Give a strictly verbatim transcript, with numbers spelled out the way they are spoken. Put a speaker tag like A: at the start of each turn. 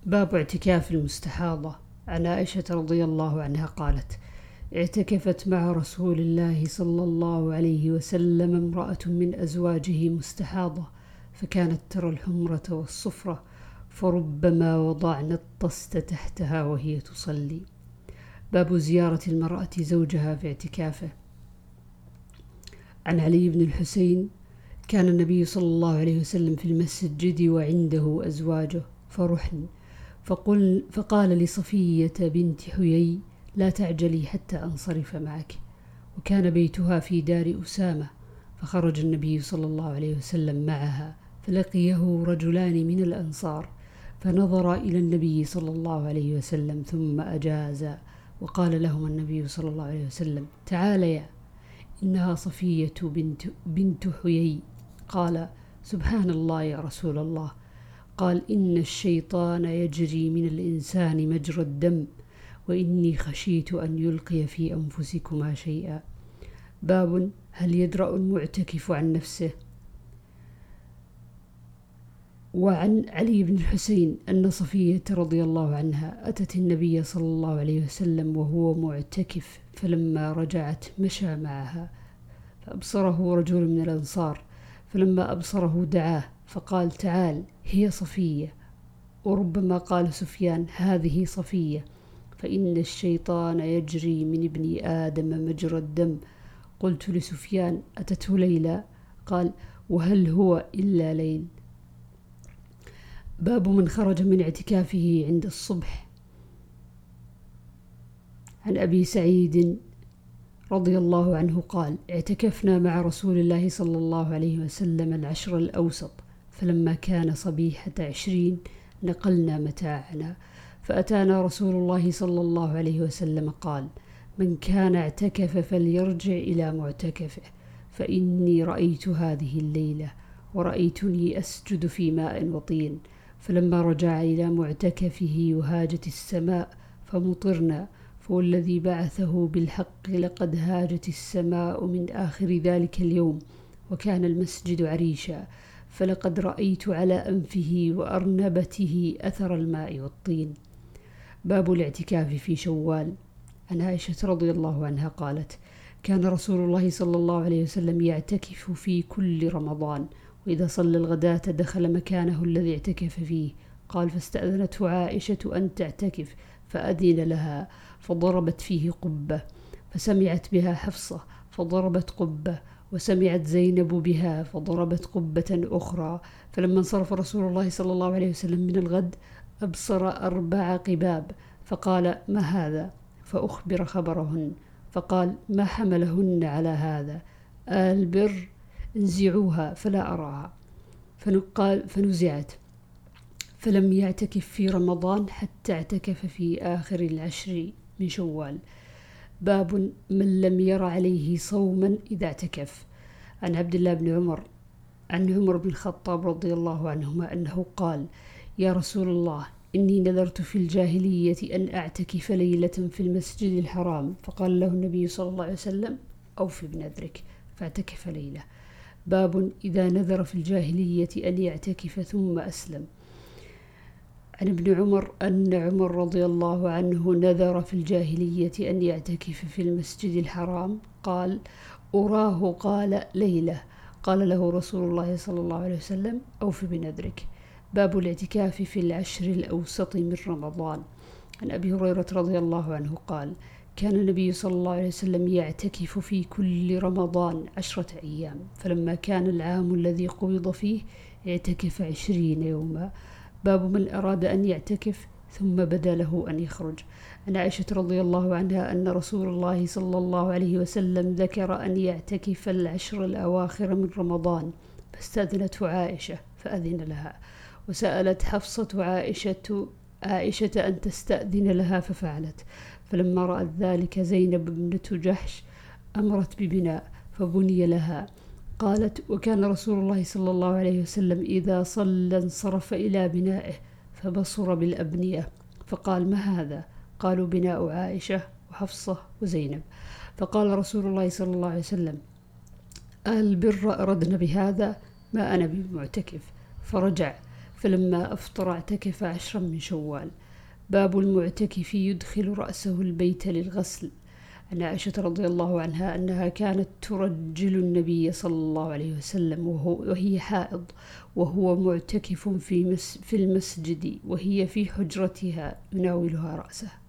A: باب اعتكاف المستحاضة. عن عائشة رضي الله عنها قالت: اعتكفت مع رسول الله صلى الله عليه وسلم امرأة من أزواجه مستحاضة، فكانت ترى الحمرة والصفرة، فربما وضعن الطست تحتها وهي تصلي. باب زيارة المرأة زوجها في اعتكافه. عن علي بن الحسين: كان النبي صلى الله عليه وسلم في المسجد وعنده أزواجه فرحن، فقل فقال لصفية بنت حيي: لا تعجلي حتى أنصرف معك. وكان بيتها في دار أسامة، فخرج النبي صلى الله عليه وسلم معها، فلقيه رجلان من الأنصار، فنظر إلى النبي صلى الله عليه وسلم ثم أجاز، وقال لهما النبي صلى الله عليه وسلم: تعاليا، إنها صفية بنت, بنت حيي. قال: سبحان الله يا رسول الله. قال: إن الشيطان يجري من الإنسان مجرى الدم، وإني خشيت أن يلقي في أنفسكما شيئا. باب هل يدرأ المعتكف عن نفسه. وعن علي بن الحسين أن صفية رضي الله عنها أتت النبي صلى الله عليه وسلم وهو معتكف، فلما رجعت مشى معها، فأبصره رجل من الأنصار، فلما أبصره دعاه فقال: تعال، هي صفية. وربما قال سفيان: هذه صفية، فإن الشيطان يجري من ابن آدم مجرى الدم. قلت لسفيان: أتته ليلى؟ قال: وهل هو إلا ليل. باب من خرج من اعتكافه عند الصبح. عن أبي سعيد رضي الله عنه قال: اعتكفنا مع رسول الله صلى الله عليه وسلم العشر الأوسط، فلما كان صبيحة عشرين نقلنا متاعنا، فأتانا رسول الله صلى الله عليه وسلم قال: من كان اعتكف فليرجع إلى معتكفه، فإني رأيت هذه الليلة ورأيتني أسجد في ماء وطين. فلما رجع إلى معتكفه وهاجت السماء فمطرنا، فوالذي بعثه بالحق لقد هاجت السماء من آخر ذلك اليوم، وكان المسجد عريشا، فلقد رأيت على أنفه وأرنبته أثر الماء والطين. باب الاعتكاف في شوال. عن عائشة رضي الله عنها قالت: كان رسول الله صلى الله عليه وسلم يعتكف في كل رمضان، وإذا صلى الغداة دخل مكانه الذي اعتكف فيه. قال: فاستأذنته عائشة أن تعتكف، فأذن لها، فضربت فيه قبة، فسمعت بها حفصة فضربت قبة، وسمعت زينب بها فضربت قبة أخرى. فلما انصرف رسول الله صلى الله عليه وسلم من الغد أبصر أربع قباب، فقال: ما هذا؟ فأخبر خبرهن، فقال: ما حملهن على هذا؟ البر انزعوها فلا أراها. فنقال فنزعت، فلم يعتكف في رمضان حتى اعتكف في آخر العشر من شوال. باب من لم ير عليه صوما إذا اعتكف. عن عبد الله بن عمر عن عمر بن الخطاب رضي الله عنهما أنه قال: يا رسول الله، إني نذرت في الجاهلية أن أعتكف ليلة في المسجد الحرام. فقال له النبي صلى الله عليه وسلم: أوف بنذرك، فاعتكف ليلة. باب إذا نذر في الجاهلية أن يعتكف ثم أسلم. عن ابن عمر أن عمر رضي الله عنه نذر في الجاهلية أن يعتكف في المسجد الحرام، قال: أراه قال ليلة. قال له رسول الله صلى الله عليه وسلم: أوف بنذرك. باب الاعتكاف في العشر الأوسط من رمضان. عن أبي هريرة رضي الله عنه قال: كان النبي صلى الله عليه وسلم يعتكف في كل رمضان عشرة أيام، فلما كان العام الذي قبض فيه اعتكف عشرين يوما. باب من أراد أن يعتكف ثم بدا له أن يخرج. عن عائشة رضي الله عنها أن رسول الله صلى الله عليه وسلم ذكر أن يعتكف العشر الأواخر من رمضان، فاستأذنته عائشة فأذن لها، وسألت حفصة عائشة عائشة أن تستأذن لها ففعلت. فلما رأت ذلك زينب ابنة جحش أمرت ببناء فبني لها. قالت: وكان رسول الله صلى الله عليه وسلم إذا صلى انصرف إلى بنائه فبصر بالأبنية، فقال: ما هذا؟ قالوا: بناء عائشة وحفصة وزينب. فقال رسول الله صلى الله عليه وسلم: البر أردنا بهذا؟ ما أنا بمعتكف. فرجع فلما أفطر اعتكف عشرا من شوال. باب المعتكف يدخل رأسه البيت للغسل. عن عائشة رضي الله عنها أنها كانت ترجل النبي صلى الله عليه وسلم وهو وهي حائض وهو معتكف في, مس في المسجد وهي في حجرتها يناولها رأسه.